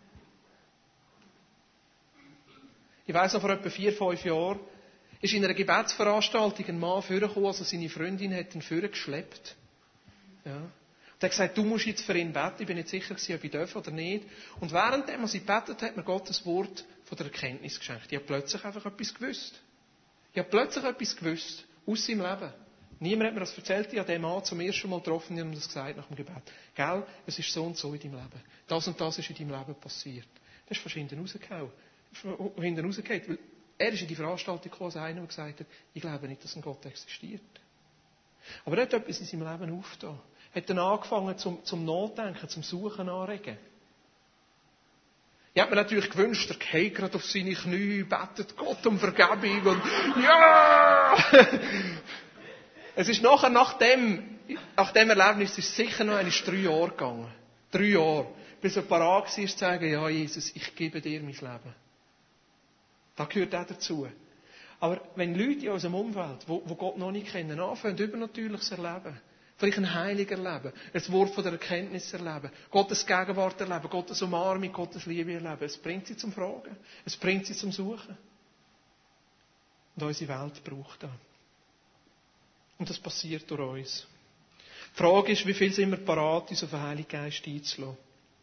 Ich weiss noch, vor etwa vier, fünf Jahren ist in einer Gebetsveranstaltung ein Mann vorgekommen, also seine Freundin hat ihn vorgeschleppt. Ja. Und er hat gesagt, du musst jetzt für ihn beten. Ich bin nicht sicher, ob ich darf oder nicht. Und währenddem sie betet, hat mir Gottes Wort von der Erkenntnis geschenkt. Ich habe plötzlich einfach etwas gewusst. Ich habe plötzlich etwas gewusst aus seinem Leben. Niemand hat mir das erzählt. Ich habe den Mann zum ersten Mal getroffen und ihm das gesagt nach dem Gebet. Gell, es ist so und so in deinem Leben. Das und das ist in deinem Leben passiert. Das ist fast hinten rausgehauen. hinten rausgeht. Weil er ist in die Veranstaltung gekommen, als einer, der gesagt hat, ich glaube nicht, dass ein Gott existiert. Aber er hat etwas in seinem Leben aufgetan. Er hat dann angefangen zum, zum Nachdenken, zum Suchen anregen. Ich habe mir natürlich gewünscht, er geht gerade auf seine Knie, betet Gott um Vergebung und ja! Es ist nachher, nach dem, nach dem Erlebnis, ist es sicher noch einmal drei Jahre gegangen. Drei Jahre. Bis er parat war, zu sagen, ja, Jesus, ich gebe dir mein Leben. Das gehört auch dazu. Aber wenn Leute in unserem Umfeld, die Gott noch nicht kennen, anfangen, Übernatürliches zu erleben, vielleicht ein Heilig erleben, ein Wort von der Erkenntnis erleben, Gottes Gegenwart erleben, Gottes Umarmung, Gottes Liebe erleben, es bringt sie zum Fragen, es bringt sie zum Suchen. Und unsere Welt braucht das. Und das passiert durch uns. Die Frage ist, wie viel sind wir parat, uns auf den Heiligen Geist einzulassen?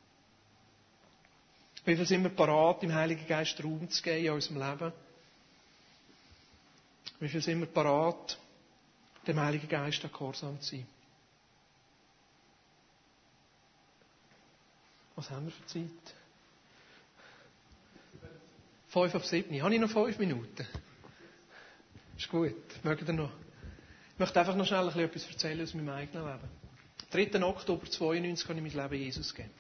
Wie viel sind wir parat, dem Heiligen Geist Raum zu geben in unserem Leben? Wie viel sind wir parat, dem Heiligen Geist gehorsam zu sein? Was haben wir für Zeit? Fünf auf sieben. Habe ich noch fünf Minuten? Ist gut. Mögt ihr noch? Ich möchte einfach noch schnell ein bisschen etwas erzählen aus meinem eigenen Leben. Am dritten Oktober neunzehnhundertzweiundneunzig habe ich mein Leben Jesus gegeben.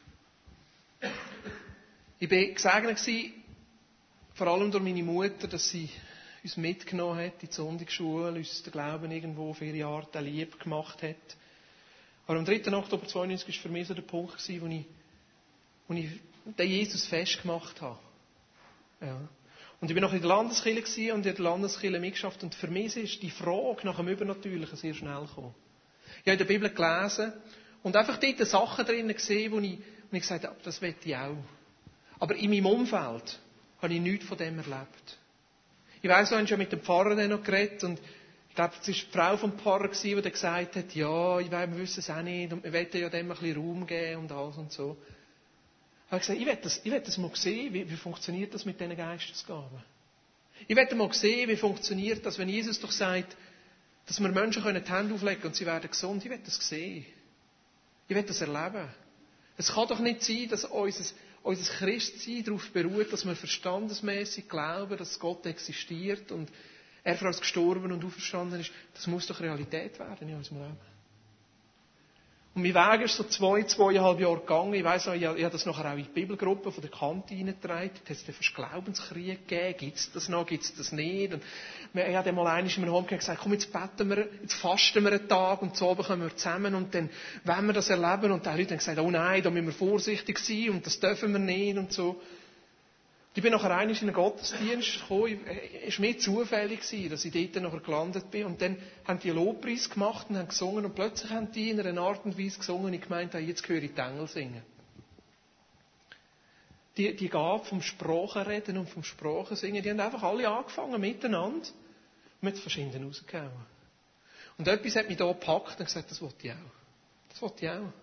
Ich war gesegnet, vor allem durch meine Mutter, dass sie uns mitgenommen hat in die Sonntagsschule, uns den Glauben irgendwo auf ihre Art lieb gemacht hat. Aber am dritten Oktober neunzehnhundertzweiundneunzig war für mich so der Punkt, wo ich, wo ich den Jesus festgemacht habe. Ja. Und ich war noch in der Landeskirche und in der Landeskirche mitgeschafft. Und für mich ist die Frage nach dem Übernatürlichen sehr schnell gekommen. Ich habe in der Bibel gelesen und einfach dort Sachen drin gesehen, wo ich, wo ich gesagt habe, das will ich auch. Aber in meinem Umfeld habe ich nichts von dem erlebt. Ich weiss, du hast ja mit dem Pfarrer noch geredet und ich glaube, es war die Frau vom Pfarrer, die dann gesagt hat, ja, ich weiß, wir wissen es auch nicht und wir wollen ja dem ein bisschen Raum geben und alles und so. Ich habe gesagt, ich will das, ich will das mal sehen, wie, wie funktioniert das mit diesen Geistesgaben. Ich will mal sehen, wie funktioniert das, wenn Jesus doch sagt, dass wir Menschen die Hände auflegen können und sie werden gesund. Ich will das sehen. Ich will das erleben. Es kann doch nicht sein, dass unser, unser Christsein darauf beruht, dass wir verstandesmäßig glauben, dass Gott existiert und er für uns gestorben und auferstanden ist. Das muss doch Realität werden in unserem Leben. Und mein Weg ist so zwei, zweieinhalb Jahre gegangen. Ich weiss auch, ich habe das nachher auch in die Bibelgruppe von der Kante hineingetragen. Da hat es dann fast Glaubenskrieg gegeben. Gibt es das noch? Gibt es das nicht? Und ich habe dann mal einmal in meinem Home gesagt, komm, jetzt beten wir, jetzt fasten wir einen Tag und zu Abend kommen wir zusammen und dann wollen wir das erleben. Und die Leute haben gesagt, oh nein, da müssen wir vorsichtig sein und das dürfen wir nicht und so. Ich bin nachher einmal in einen Gottesdienst gekommen. Es war mehr zufällig, dass ich dort nachher gelandet bin. Und dann haben die einen Lobpreis gemacht und haben gesungen. Und plötzlich haben die in einer Art und Weise gesungen und ich gemeint, jetzt höre ich die Engel singen. Die, die Gabe vom Sprachenreden und vom Sprachensingen, die haben einfach alle angefangen miteinander. Und mit verschiedenen rausgehauen. Und etwas hat mich da gepackt und gesagt, das wollte ich auch. Das wollte ich auch.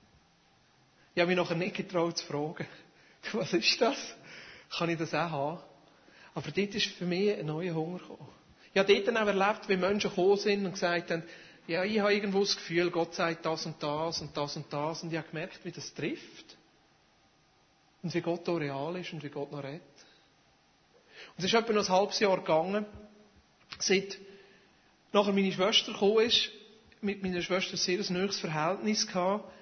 Ich habe mich nachher nicht getraut zu fragen, was ist das? Kann ich das auch haben? Aber dort ist für mich ein neuer Hunger gekommen. Ich habe dort auch erlebt, wie Menschen gekommen sind und gesagt haben, ja, ich habe irgendwo das Gefühl, Gott sagt das und das und das und das. Und ich habe gemerkt, wie das trifft. Und wie Gott da real ist und wie Gott noch redet. Und es ist etwa noch ein halbes Jahr gegangen, seit nachher meine Schwester gekommen ist, mit meiner Schwester ein sehr nahes Verhältnis gehabt.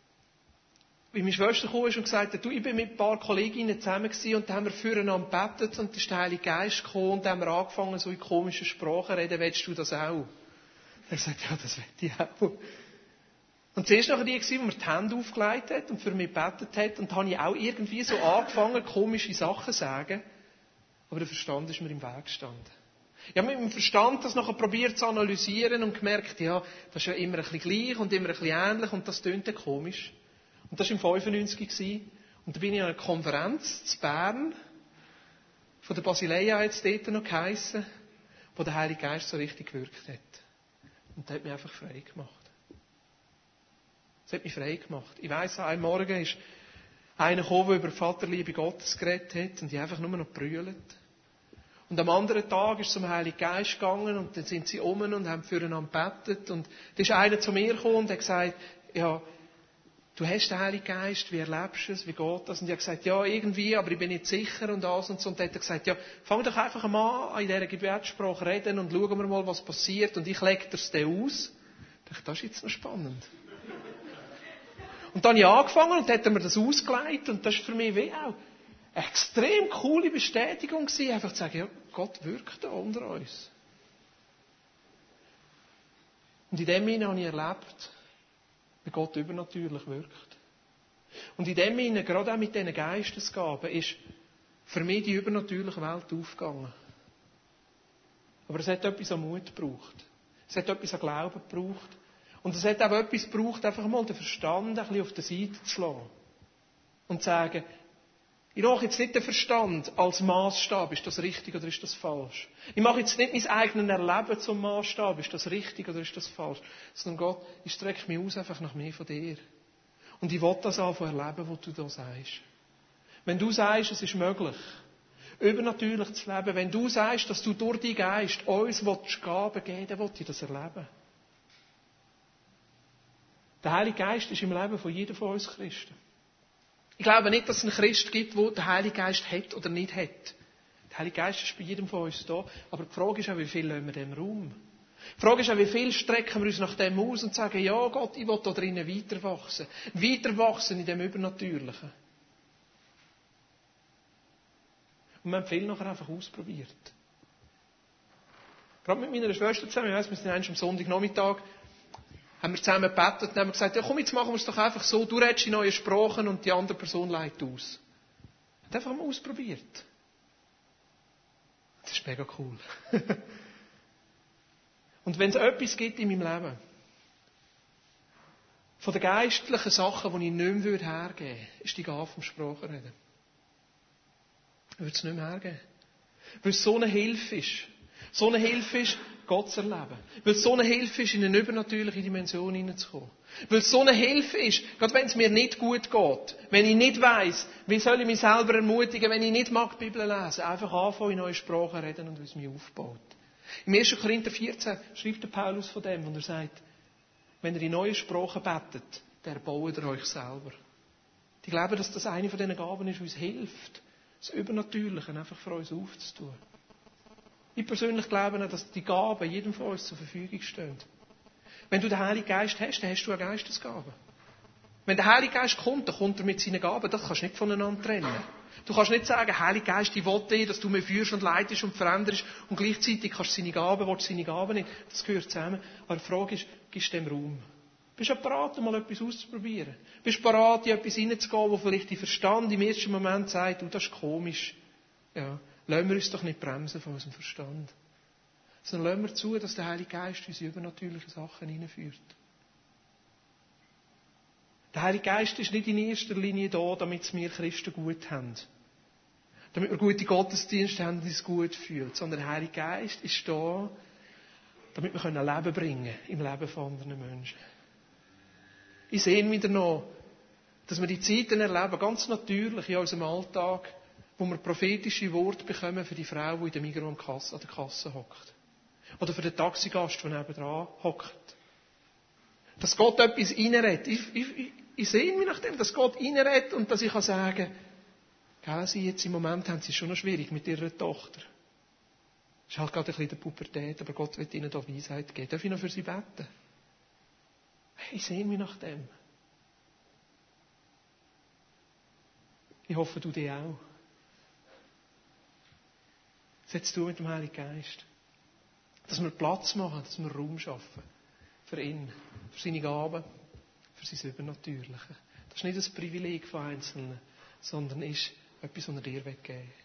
Wie meine Schwester gekommen ist und gesagt hat, du, ich bin mit ein paar Kolleginnen zusammen gewesen und da haben wir füreinander gebetet und da ist der Heilige Geist gekommen und da haben wir angefangen, so in komischen Sprachen zu reden, willst du das auch? Und er hat gesagt, ja, das will ich auch. Und zuerst nachher die gewesen, wo mir die Hände aufgelegt hat und für mich gebetet hat und da habe ich auch irgendwie so angefangen, komische Sachen zu sagen, aber der Verstand ist mir im Weg gestanden. Ich habe mit dem Verstand das nachher probiert zu analysieren und gemerkt, ja, das ist ja immer ein bisschen gleich und immer ein bisschen ähnlich und das tönt ja komisch. Und das war im fünfundneunzig. Und da bin ich an einer Konferenz zu Bern, von der Basileia jetzt dort noch geheissen, wo der Heilige Geist so richtig gewirkt hat. Und der hat mich einfach frei gemacht. Das hat mich frei gemacht. Ich weiss, am Morgen ist einer gekommen, der über die Vaterliebe Gottes geredet hat und ich einfach nur noch brüllt. Und am anderen Tag ist es zum Heiligen Geist gegangen und dann sind sie um und haben füreinander gebetet. Und da ist einer zu mir gekommen und hat gesagt, ja, du hast den Heiligen Geist, wie erlebst du es, wie geht das? Und ich habe gesagt, ja, irgendwie, aber ich bin nicht sicher und das und so. Und dann hat er gesagt, ja, fang doch einfach mal an, in dieser Gebetssprache reden und schauen wir mal, was passiert. Und ich lege das dann aus. Ich dachte, das ist jetzt noch spannend. Und dann habe ich angefangen und dann hat er mir das ausgelegt und das ist für mich wie auch eine extrem coole Bestätigung gewesen, einfach zu sagen, ja, Gott wirkt da unter uns. Und in dem Sinne habe ich erlebt, wie Gott übernatürlich wirkt. Und in dem Sinne, gerade auch mit diesen Geistesgaben, ist für mich die übernatürliche Welt aufgegangen. Aber es hat etwas an Mut gebraucht. Es hat etwas an Glauben gebraucht. Und es hat auch etwas gebraucht, einfach mal den Verstand ein bisschen auf der Seite zu lassen. Und zu sagen, ich mache jetzt nicht den Verstand als Maßstab, ist das richtig oder ist das falsch? Ich mache jetzt nicht mein eigenes Erleben zum Maßstab, ist das richtig oder ist das falsch? Sondern Gott, ich strecke mich aus einfach nach mehr von dir. Und ich will das anfangen erleben, was du da sagst. Wenn du sagst, es ist möglich, übernatürlich zu leben, wenn du sagst, dass du durch deinen Geist uns Gaben geben willst, dann will ich das erleben. Der Heilige Geist ist im Leben von jedem von uns Christen. Ich glaube nicht, dass es einen Christ gibt, der den Heiligen Geist hat oder nicht hat. Der Heilige Geist ist bei jedem von uns da. Aber die Frage ist auch, wie viel lassen wir dem Raum? Die Frage ist auch, wie viel strecken wir uns nach dem aus und sagen, ja Gott, ich will da drinnen weiter wachsen. Weiter wachsen in dem Übernatürlichen. Und wir haben viel nachher einfach ausprobiert. Gerade mit meiner Schwester zusammen, ich weiss, wir sind eigentlich am Sonntagnachmittag, haben wir zusammen gebetet und haben gesagt, ja komm, jetzt machen wir es doch einfach so, du redest in neue Sprachen und die andere Person leitet aus. Hat einfach mal ausprobiert. Das ist mega cool. Und wenn es etwas gibt in meinem Leben, von den geistlichen Sachen, die ich nicht mehr hergeben würde, ist die Gabe vom Sprachenreden. Ich würde es nicht mehr hergeben. Weil es so eine Hilfe ist. So eine Hilfe ist, Gott zu erleben. Weil es so eine Hilfe ist, in eine übernatürliche Dimension hineinzukommen. Weil es so eine Hilfe ist, gerade wenn es mir nicht gut geht, wenn ich nicht weiss, wie soll ich mich selber ermutigen, wenn ich nicht mag die Bibel lesen, einfach anfangen, in neue Sprachen reden und wie es mich aufbaut. Im ersten Korinther vierzehn schreibt der Paulus von dem, und er sagt, wenn ihr in neue Sprachen betet, dann baut ihr euch selber. Ich glaube, dass das eine von diesen Gaben ist, die uns hilft, das Übernatürliche einfach für uns aufzutun. Ich persönlich glaube auch, dass die Gaben jedem von uns zur Verfügung stehen. Wenn du den Heiligen Geist hast, dann hast du eine Geistesgabe. Wenn der Heilige Geist kommt, dann kommt er mit seinen Gaben. Das kannst du nicht voneinander trennen. Du kannst nicht sagen, Heiliger Geist, ich will dir, dass du mich führst und leitest und veränderst und gleichzeitig kannst du seine Gaben, willst du seine Gaben nicht. Das gehört zusammen. Aber die Frage ist, gibst du dem Raum? Bist du bereit, mal etwas auszuprobieren? Bist du bereit, in etwas hineinzugehen, wo vielleicht dein Verstand im ersten Moment sagt, du, das ist komisch. Ja. Lassen wir uns doch nicht bremsen von unserem Verstand. Sondern lassen wir zu, dass der Heilige Geist uns in übernatürliche Sachen hineinführt. Der Heilige Geist ist nicht in erster Linie da, damit wir Christen gut haben. Damit wir gute Gottesdienste haben und uns gut fühlen. Sondern der Heilige Geist ist da, damit wir ein Leben bringen können im Leben von anderen Menschen. Ich sehe ihn wieder noch, dass wir die Zeiten erleben, ganz natürlich in unserem Alltag, wo wir prophetische Worte bekommen für die Frau, die in der Migros an der Kasse hockt. Oder für den Taxigast, der nebenan hockt. Dass Gott etwas reinredet. Ich, ich, ich, ich sehe mich nach dem, dass Gott reinredet und dass ich kann sagen, gell, Sie jetzt im Moment haben Sie es schon noch schwierig mit Ihrer Tochter. Es ist halt gerade ein bisschen der Pubertät, aber Gott wird Ihnen da Weisheit geben. Darf ich noch für Sie beten? Hey, ich sehe mich nach dem. Ich hoffe, du dich auch. Was hättest du mit dem Heiligen Geist? Dass wir Platz machen, dass wir Raum schaffen. Für ihn, für seine Gaben, für sein Übernatürliche. Das ist nicht ein Privileg von Einzelnen, sondern ist etwas, was er dir weggeben will.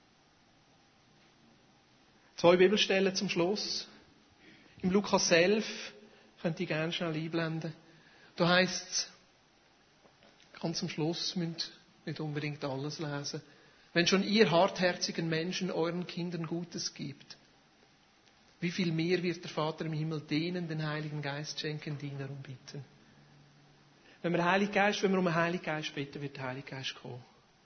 Zwei Bibelstellen zum Schluss. Im Lukas elf, könnt ihr gerne schnell einblenden. Da heisst es, ganz zum Schluss, müsst nicht unbedingt alles lesen. Wenn schon ihr hartherzigen Menschen euren Kindern Gutes gibt, wie viel mehr wird der Vater im Himmel denen den Heiligen Geist schenken, die ihn darum bitten. Wenn wir, Heilig Geist, wenn wir um den Heiligen Geist bitten, wird der Heilige Geist kommen.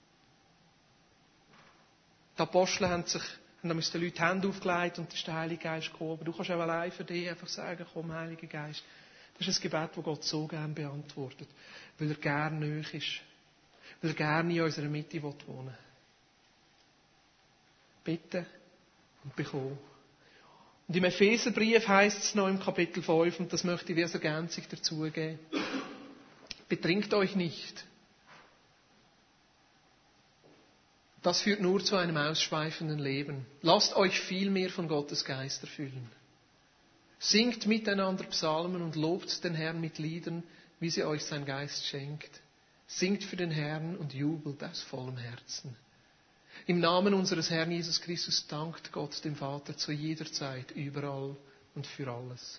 Die Apostel haben sich, haben damals den Leuten die Hände aufgelegt und dann ist der Heilige Geist gekommen. Aber du kannst auch allein für dich einfach sagen, komm, Heiliger Geist. Das ist ein Gebet, das Gott so gerne beantwortet. Weil er gerne nahe ist. Weil er gerne in unserer Mitte wohnen will. Bitten und bekommen. Und im Epheserbrief heisst es noch im Kapitel fünf, und das möchte ich wie als Ergänzung dazugeben. Betrinkt euch nicht. Das führt nur zu einem ausschweifenden Leben. Lasst euch vielmehr von Gottes Geist erfüllen. Singt miteinander Psalmen und lobt den Herrn mit Liedern, wie sie euch sein Geist schenkt. Singt für den Herrn und jubelt aus vollem Herzen. Im Namen unseres Herrn Jesus Christus dankt Gott dem Vater zu jeder Zeit, überall und für alles.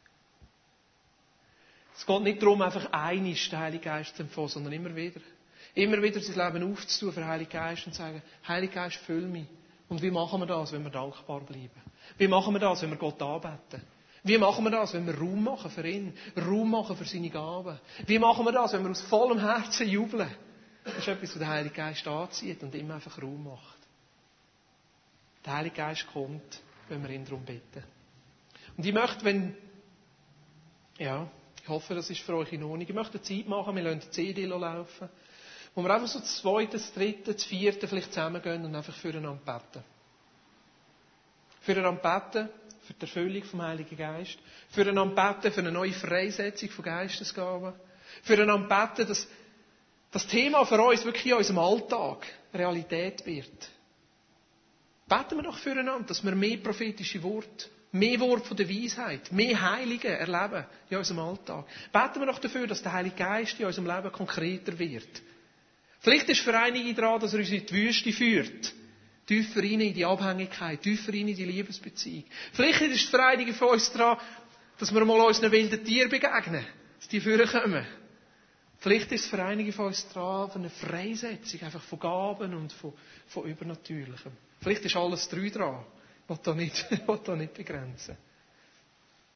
Es geht nicht darum, einfach einmal den Heiligen Geist zu empfangen, sondern immer wieder. Immer wieder sein Leben aufzutun für den Heiligen Geist und zu sagen, Heiliger Geist, füll mich. Und wie machen wir das, wenn wir dankbar bleiben? Wie machen wir das, wenn wir Gott anbeten? Wie machen wir das, wenn wir Raum machen für ihn? Raum machen für seine Gaben? Wie machen wir das, wenn wir aus vollem Herzen jubeln? Das ist etwas, was der Heilige Geist anzieht und immer einfach Raum macht. Der Heilige Geist kommt, wenn wir ihn darum bitten. Und ich möchte, wenn, ja, ich hoffe, das ist für euch in Ordnung. Ich möchte eine Zeit machen, wir lassen die C D laufen, wo wir einfach so das zweite, das dritte, das vierte vielleicht zusammengehen und einfach füreinander beten. Füreinander beten für die Erfüllung vom Heiligen Geist. Füreinander beten für eine neue Freisetzung von Geistesgaben. Füreinander beten, dass das Thema für uns wirklich in unserem Alltag Realität wird. Beten wir doch füreinander, dass wir mehr prophetische Worte, mehr Worte von der Weisheit, mehr Heilige erleben in unserem Alltag. Beten wir doch dafür, dass der Heilige Geist in unserem Leben konkreter wird. Vielleicht ist für einige daran, dass er uns in die Wüste führt. Tiefer rein in die Abhängigkeit, tiefer rein in die Liebesbeziehung. Vielleicht ist es für einige von uns daran, dass wir mal unseren wilden Tieren begegnen, dass die vorkommen. Vielleicht ist es für einige von uns dran, für eine Freisetzung einfach von Gaben und von, von Übernatürlichem. Vielleicht ist alles drei dran. will da nicht, will da nicht begrenzen.